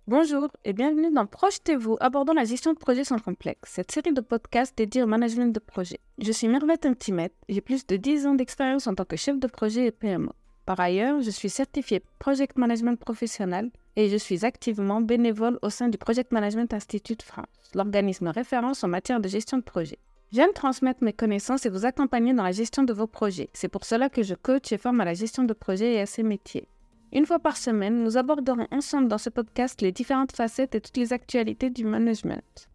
Bonjour et bienvenue dans Projetez-vous, abordant la gestion de projet sans complexe, cette série de podcasts dédiée au management de projet. Je suis Mervette Intimette, j'ai plus de 10 ans d'expérience en tant que chef de projet et PMO. Par ailleurs, je suis certifiée Project Management Professionnel et je suis activement bénévole au sein du Project Management Institute France, l'organisme référence en matière de gestion de projet. J'aime transmettre mes connaissances et vous accompagner dans la gestion de vos projets. C'est pour cela que je coach et forme à la gestion de projet et à ses métiers. Une fois par semaine, nous aborderons ensemble dans ce podcast les différentes facettes et toutes les actualités du management.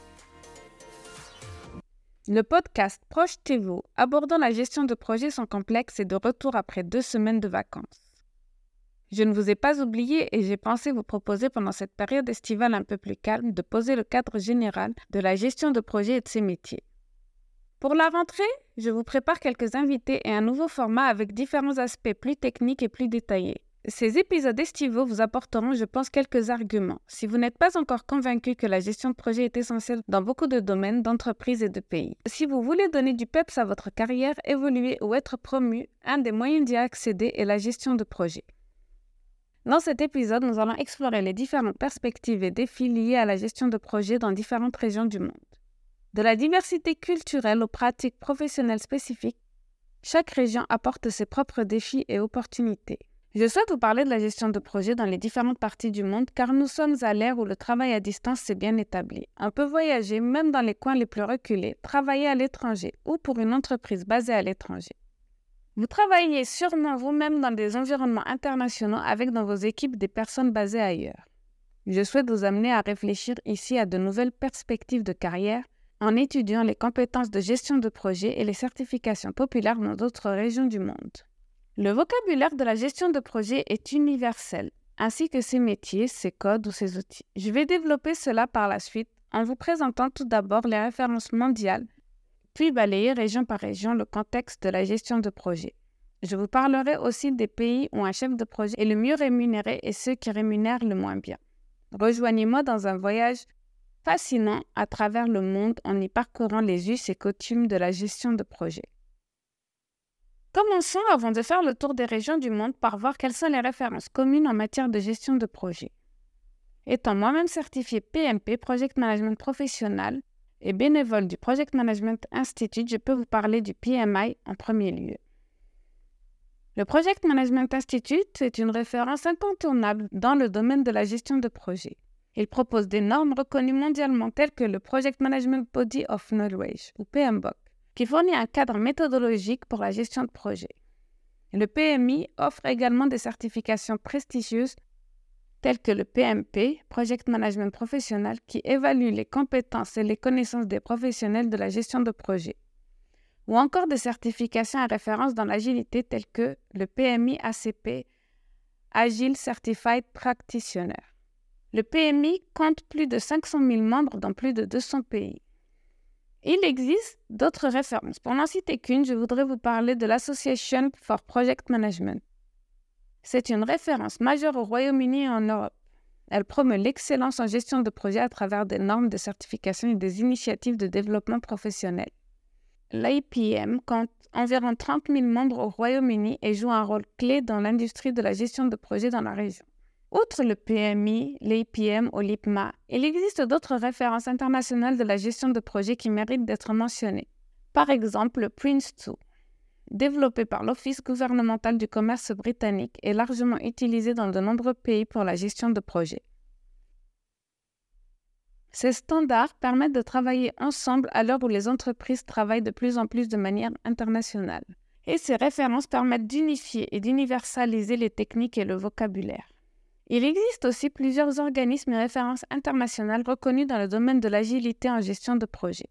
Le podcast Projetez-vous, abordant la gestion de projets sans complexe est de retour après 2 semaines de vacances. Je ne vous ai pas oublié et j'ai pensé vous proposer pendant cette période estivale un peu plus calme de poser le cadre général de la gestion de projet et de ses métiers. Pour la rentrée, je vous prépare quelques invités et un nouveau format avec différents aspects plus techniques et plus détaillés. Ces épisodes estivaux vous apporteront, je pense, quelques arguments. Si vous n'êtes pas encore convaincu que la gestion de projet est essentielle dans beaucoup de domaines, d'entreprises et de pays. Si vous voulez donner du peps à votre carrière, évoluer ou être promu, un des moyens d'y accéder est la gestion de projet. Dans cet épisode, nous allons explorer les différentes perspectives et défis liés à la gestion de projet dans différentes régions du monde. De la diversité culturelle aux pratiques professionnelles spécifiques, chaque région apporte ses propres défis et opportunités. Je souhaite vous parler de la gestion de projet dans les différentes parties du monde car nous sommes à l'ère où le travail à distance s'est bien établi. On peut voyager même dans les coins les plus reculés, travailler à l'étranger ou pour une entreprise basée à l'étranger. Vous travaillez sûrement vous-même dans des environnements internationaux avec dans vos équipes des personnes basées ailleurs. Je souhaite vous amener à réfléchir ici à de nouvelles perspectives de carrière en étudiant les compétences de gestion de projet et les certifications populaires dans d'autres régions du monde. Le vocabulaire de la gestion de projet est universel, ainsi que ses métiers, ses codes ou ses outils. Je vais développer cela par la suite en vous présentant tout d'abord les références mondiales, puis balayer région par région le contexte de la gestion de projet. Je vous parlerai aussi des pays où un chef de projet est le mieux rémunéré et ceux qui rémunèrent le moins bien. Rejoignez-moi dans un voyage fascinant à travers le monde en y parcourant les us et coutumes de la gestion de projet. Commençons avant de faire le tour des régions du monde par voir quelles sont les références communes en matière de gestion de projet. Étant moi-même certifié PMP, Project Management Professionnel, et bénévole du Project Management Institute, je peux vous parler du PMI en premier lieu. Le Project Management Institute est une référence incontournable dans le domaine de la gestion de projet. Il propose des normes reconnues mondialement telles que le Project Management Body of Knowledge, ou PMBOK, qui fournit un cadre méthodologique pour la gestion de projet. Le PMI offre également des certifications prestigieuses telles que le PMP, Project Management Professionnel, qui évalue les compétences et les connaissances des professionnels de la gestion de projet, ou encore des certifications à référence dans l'agilité telles que le PMI ACP, Agile Certified Practitioner. Le PMI compte plus de 500 000 membres dans plus de 200 pays. Il existe d'autres références. Pour n'en citer qu'une, je voudrais vous parler de l'Association for Project Management. C'est une référence majeure au Royaume-Uni et en Europe. Elle promeut l'excellence en gestion de projet à travers des normes de certification et des initiatives de développement professionnel. L'APM compte environ 30 000 membres au Royaume-Uni et joue un rôle clé dans l'industrie de la gestion de projet dans la région. Outre le PMI, l'APM ou l'IPMA, il existe d'autres références internationales de la gestion de projet qui méritent d'être mentionnées. Par exemple, le PRINCE2, développé par l'Office gouvernemental du commerce britannique et largement utilisé dans de nombreux pays pour la gestion de projet. Ces standards permettent de travailler ensemble à l'heure où les entreprises travaillent de plus en plus de manière internationale. Et ces références permettent d'unifier et d'universaliser les techniques et le vocabulaire. Il existe aussi plusieurs organismes et références internationales reconnus dans le domaine de l'agilité en gestion de projet.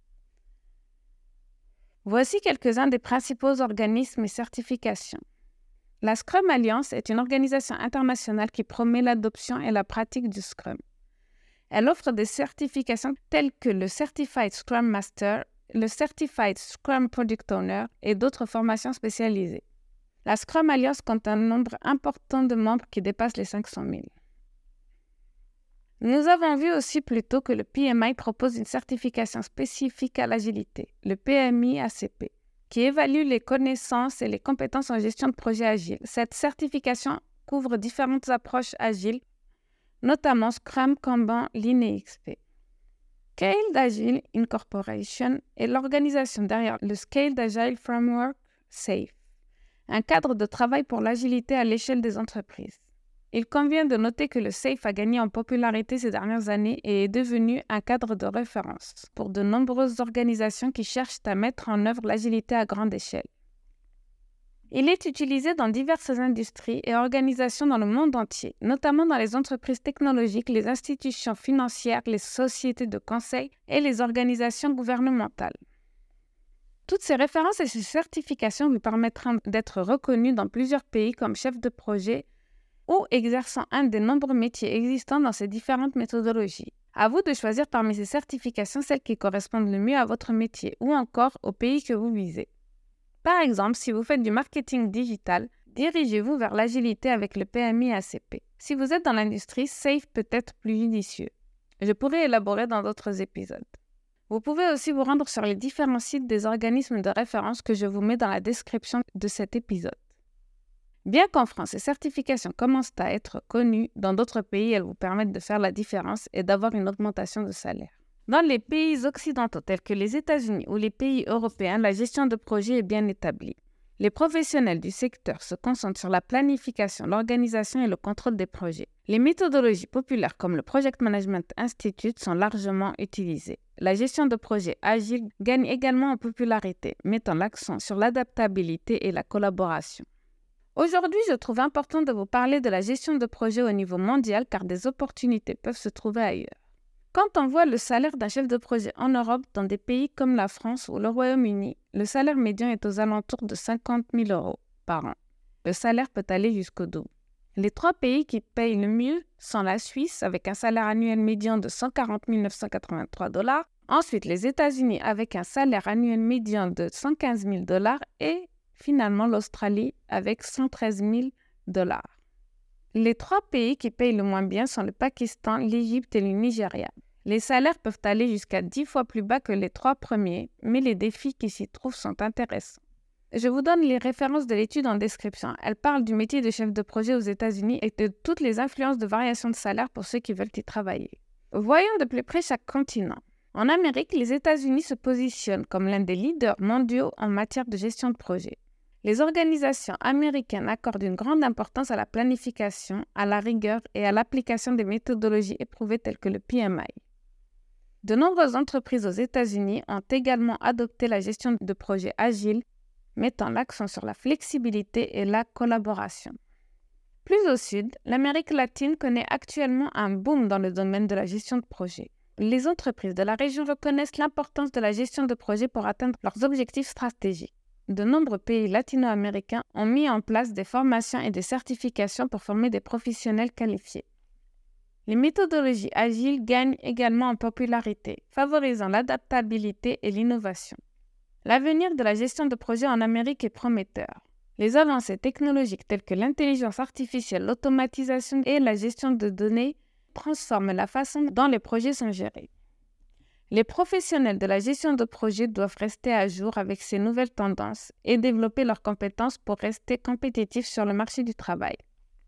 Voici quelques-uns des principaux organismes et certifications. La Scrum Alliance est une organisation internationale qui promeut l'adoption et la pratique du Scrum. Elle offre des certifications telles que le Certified Scrum Master, le Certified Scrum Product Owner et d'autres formations spécialisées. La Scrum Alliance compte un nombre important de membres qui dépasse les 500 000. Nous avons vu aussi plus tôt que le PMI propose une certification spécifique à l'agilité, le PMI ACP, qui évalue les connaissances et les compétences en gestion de projet agile. Cette certification couvre différentes approches agiles, notamment Scrum, Kanban, Lean et XP. Scaled Agile Incorporation est l'organisation derrière le Scaled Agile Framework SAFe, un cadre de travail pour l'agilité à l'échelle des entreprises. Il convient de noter que le SAFe a gagné en popularité ces dernières années et est devenu un cadre de référence pour de nombreuses organisations qui cherchent à mettre en œuvre l'agilité à grande échelle. Il est utilisé dans diverses industries et organisations dans le monde entier, notamment dans les entreprises technologiques, les institutions financières, les sociétés de conseil et les organisations gouvernementales. Toutes ces références et ces certifications vous permettront d'être reconnu dans plusieurs pays comme chef de projet ou exerçant un des nombreux métiers existants dans ces différentes méthodologies. À vous de choisir parmi ces certifications celles qui correspondent le mieux à votre métier ou encore au pays que vous visez. Par exemple, si vous faites du marketing digital, dirigez-vous vers l'agilité avec le PMI ACP. Si vous êtes dans l'industrie, SAFe peut être plus judicieux. Je pourrais élaborer dans d'autres épisodes. Vous pouvez aussi vous rendre sur les différents sites des organismes de référence que je vous mets dans la description de cet épisode. Bien qu'en France, ces certifications commencent à être connues, dans d'autres pays, elles vous permettent de faire la différence et d'avoir une augmentation de salaire. Dans les pays occidentaux tels que les États-Unis ou les pays européens, la gestion de projet est bien établie. Les professionnels du secteur se concentrent sur la planification, l'organisation et le contrôle des projets. Les méthodologies populaires comme le Project Management Institute sont largement utilisées. La gestion de projet agile gagne également en popularité, mettant l'accent sur l'adaptabilité et la collaboration. Aujourd'hui, je trouve important de vous parler de la gestion de projet au niveau mondial car des opportunités peuvent se trouver ailleurs. Quand on voit le salaire d'un chef de projet en Europe, dans des pays comme la France ou le Royaume-Uni, le salaire médian est aux alentours de 50 000 € par an. Le salaire peut aller jusqu'au double. Les 3 pays qui payent le mieux sont la Suisse avec un salaire annuel médian de 140 983 $, ensuite les États-Unis avec un salaire annuel médian de 115 000 $ et finalement l'Australie avec 113 000 $. Les 3 pays qui payent le moins bien sont le Pakistan, l'Égypte et le Nigeria. Les salaires peuvent aller jusqu'à 10 fois plus bas que les 3 premiers, mais les défis qui s'y trouvent sont intéressants. Je vous donne les références de l'étude en description. Elle parle du métier de chef de projet aux États-Unis et de toutes les influences de variation de salaire pour ceux qui veulent y travailler. Voyons de plus près chaque continent. En Amérique, les États-Unis se positionnent comme l'un des leaders mondiaux en matière de gestion de projet. Les organisations américaines accordent une grande importance à la planification, à la rigueur et à l'application des méthodologies éprouvées telles que le PMI. De nombreuses entreprises aux États-Unis ont également adopté la gestion de projets agiles, mettant l'accent sur la flexibilité et la collaboration. Plus au sud, l'Amérique latine connaît actuellement un boom dans le domaine de la gestion de projets. Les entreprises de la région reconnaissent l'importance de la gestion de projets pour atteindre leurs objectifs stratégiques. De nombreux pays latino-américains ont mis en place des formations et des certifications pour former des professionnels qualifiés. Les méthodologies agiles gagnent également en popularité, favorisant l'adaptabilité et l'innovation. L'avenir de la gestion de projet en Amérique est prometteur. Les avancées technologiques telles que l'intelligence artificielle, l'automatisation et la gestion de données transforment la façon dont les projets sont gérés. Les professionnels de la gestion de projet doivent rester à jour avec ces nouvelles tendances et développer leurs compétences pour rester compétitifs sur le marché du travail.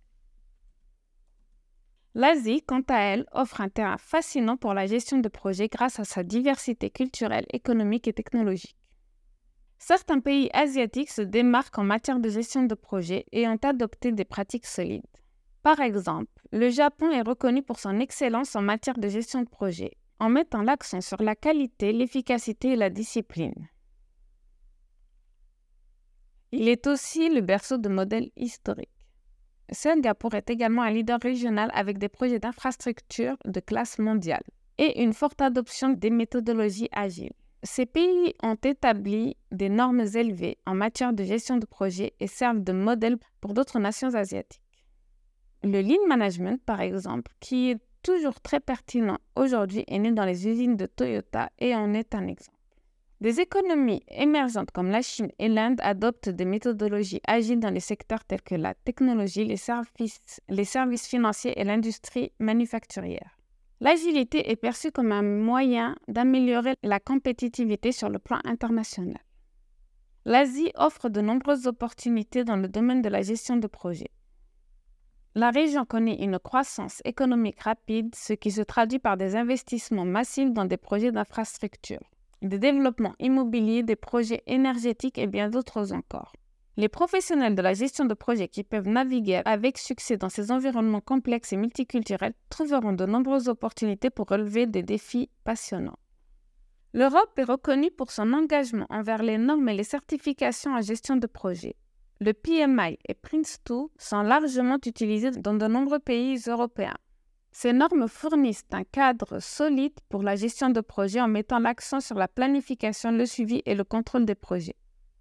L'Asie, quant à elle, offre un terrain fascinant pour la gestion de projet grâce à sa diversité culturelle, économique et technologique. Certains pays asiatiques se démarquent en matière de gestion de projet et ont adopté des pratiques solides. Par exemple, le Japon est reconnu pour son excellence en matière de gestion de projet, en mettant l'accent sur la qualité, l'efficacité et la discipline. Il est aussi le berceau de modèles historiques. Singapour est également un leader régional avec des projets d'infrastructures de classe mondiale et une forte adoption des méthodologies agiles. Ces pays ont établi des normes élevées en matière de gestion de projet et servent de modèle pour d'autres nations asiatiques. Le Lean Management, par exemple, qui est toujours très pertinent aujourd'hui, est né dans les usines de Toyota et en est un exemple. Des économies émergentes comme la Chine et l'Inde adoptent des méthodologies agiles dans les secteurs tels que la technologie, les services financiers et l'industrie manufacturière. L'agilité est perçue comme un moyen d'améliorer la compétitivité sur le plan international. L'Asie offre de nombreuses opportunités dans le domaine de la gestion de projet. La région connaît une croissance économique rapide, ce qui se traduit par des investissements massifs dans des projets d'infrastructure, des développements immobiliers, des projets énergétiques et bien d'autres encore. Les professionnels de la gestion de projets qui peuvent naviguer avec succès dans ces environnements complexes et multiculturels trouveront de nombreuses opportunités pour relever des défis passionnants. L'Europe est reconnue pour son engagement envers les normes et les certifications en gestion de projet. Le PMI et Prince2 sont largement utilisés dans de nombreux pays européens. Ces normes fournissent un cadre solide pour la gestion de projets en mettant l'accent sur la planification, le suivi et le contrôle des projets.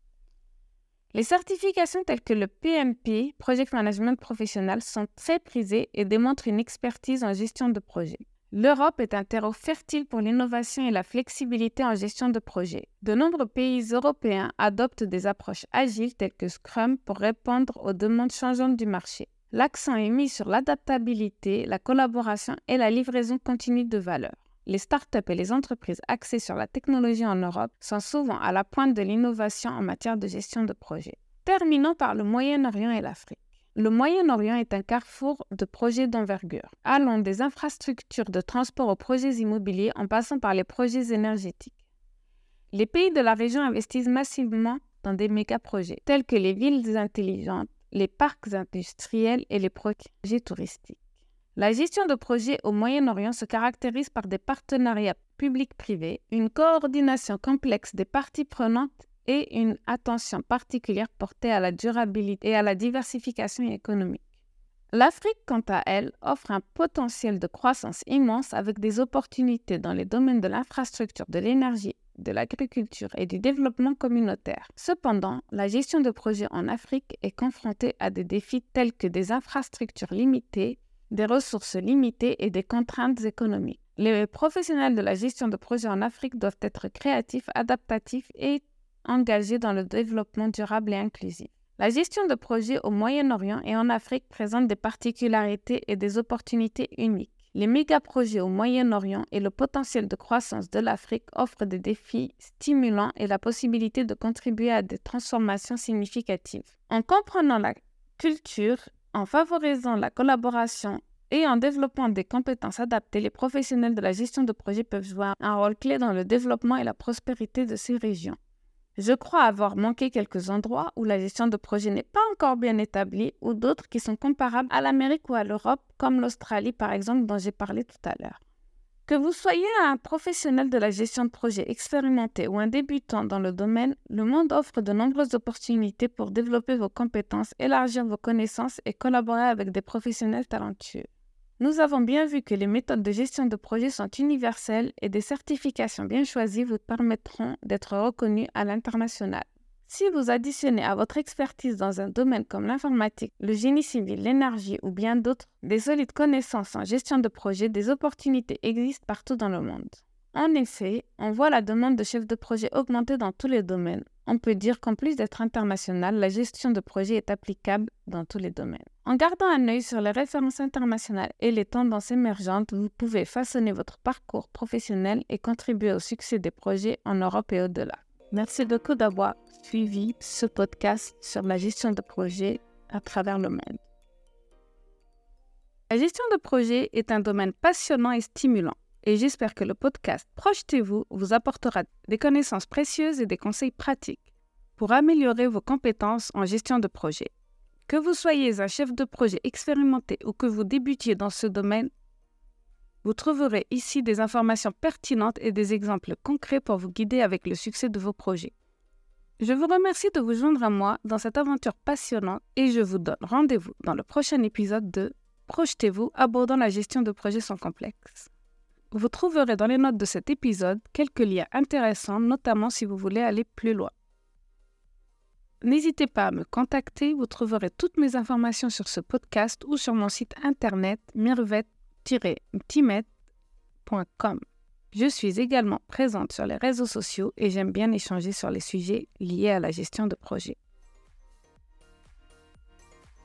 Les certifications telles que le PMP, Project Management Professional, sont très prisées et démontrent une expertise en gestion de projet. L'Europe est un terreau fertile pour l'innovation et la flexibilité en gestion de projet. De nombreux pays européens adoptent des approches agiles telles que Scrum pour répondre aux demandes changeantes du marché. L'accent est mis sur l'adaptabilité, la collaboration et la livraison continue de valeur. Les startups et les entreprises axées sur la technologie en Europe sont souvent à la pointe de l'innovation en matière de gestion de projet. Terminons par le Moyen-Orient et l'Afrique. Le Moyen-Orient est un carrefour de projets d'envergure, allant des infrastructures de transport aux projets immobiliers en passant par les projets énergétiques. Les pays de la région investissent massivement dans des méga-projets, tels que les villes intelligentes, les parcs industriels et les projets touristiques. La gestion de projets au Moyen-Orient se caractérise par des partenariats publics-privés, une coordination complexe des parties prenantes et une attention particulière portée à la durabilité et à la diversification économique. L'Afrique, quant à elle, offre un potentiel de croissance immense avec des opportunités dans les domaines de l'infrastructure, de l'énergie, de l'agriculture et du développement communautaire. Cependant, la gestion de projets en Afrique est confrontée à des défis tels que des infrastructures limitées, des ressources limitées et des contraintes économiques. Les professionnels de la gestion de projets en Afrique doivent être créatifs, adaptatifs et engagés dans le développement durable et inclusif. La gestion de projets au Moyen-Orient et en Afrique présente des particularités et des opportunités uniques. Les méga-projets au Moyen-Orient et le potentiel de croissance de l'Afrique offrent des défis stimulants et la possibilité de contribuer à des transformations significatives. En comprenant la culture, en favorisant la collaboration et en développant des compétences adaptées, les professionnels de la gestion de projet peuvent jouer un rôle clé dans le développement et la prospérité de ces régions. Je crois avoir manqué quelques endroits où la gestion de projet n'est pas encore bien établie ou d'autres qui sont comparables à l'Amérique ou à l'Europe, comme l'Australie par exemple dont j'ai parlé tout à l'heure. Que vous soyez un professionnel de la gestion de projet expérimenté ou un débutant dans le domaine, le monde offre de nombreuses opportunités pour développer vos compétences, élargir vos connaissances et collaborer avec des professionnels talentueux. Nous avons bien vu que les méthodes de gestion de projet sont universelles et des certifications bien choisies vous permettront d'être reconnus à l'international. Si vous additionnez à votre expertise dans un domaine comme l'informatique, le génie civil, l'énergie ou bien d'autres, des solides connaissances en gestion de projet, des opportunités existent partout dans le monde. En effet, on voit la demande de chefs de projet augmenter dans tous les domaines. On peut dire qu'en plus d'être international, la gestion de projet est applicable dans tous les domaines. En gardant un œil sur les références internationales et les tendances émergentes, vous pouvez façonner votre parcours professionnel et contribuer au succès des projets en Europe et au-delà. Merci beaucoup d'avoir suivi ce podcast sur la gestion de projet à travers le monde. La gestion de projet est un domaine passionnant et stimulant et j'espère que le podcast Projetez-vous vous apportera des connaissances précieuses et des conseils pratiques pour améliorer vos compétences en gestion de projet. Que vous soyez un chef de projet expérimenté ou que vous débutiez dans ce domaine, vous trouverez ici des informations pertinentes et des exemples concrets pour vous guider avec le succès de vos projets. Je vous remercie de vous joindre à moi dans cette aventure passionnante et je vous donne rendez-vous dans le prochain épisode de Projetez-vous abordant la gestion de projets sans complexe. Vous trouverez dans les notes de cet épisode quelques liens intéressants, notamment si vous voulez aller plus loin. N'hésitez pas à me contacter, vous trouverez toutes mes informations sur ce podcast ou sur mon site internet mirvet-timet.com. Je suis également présente sur les réseaux sociaux et j'aime bien échanger sur les sujets liés à la gestion de projet.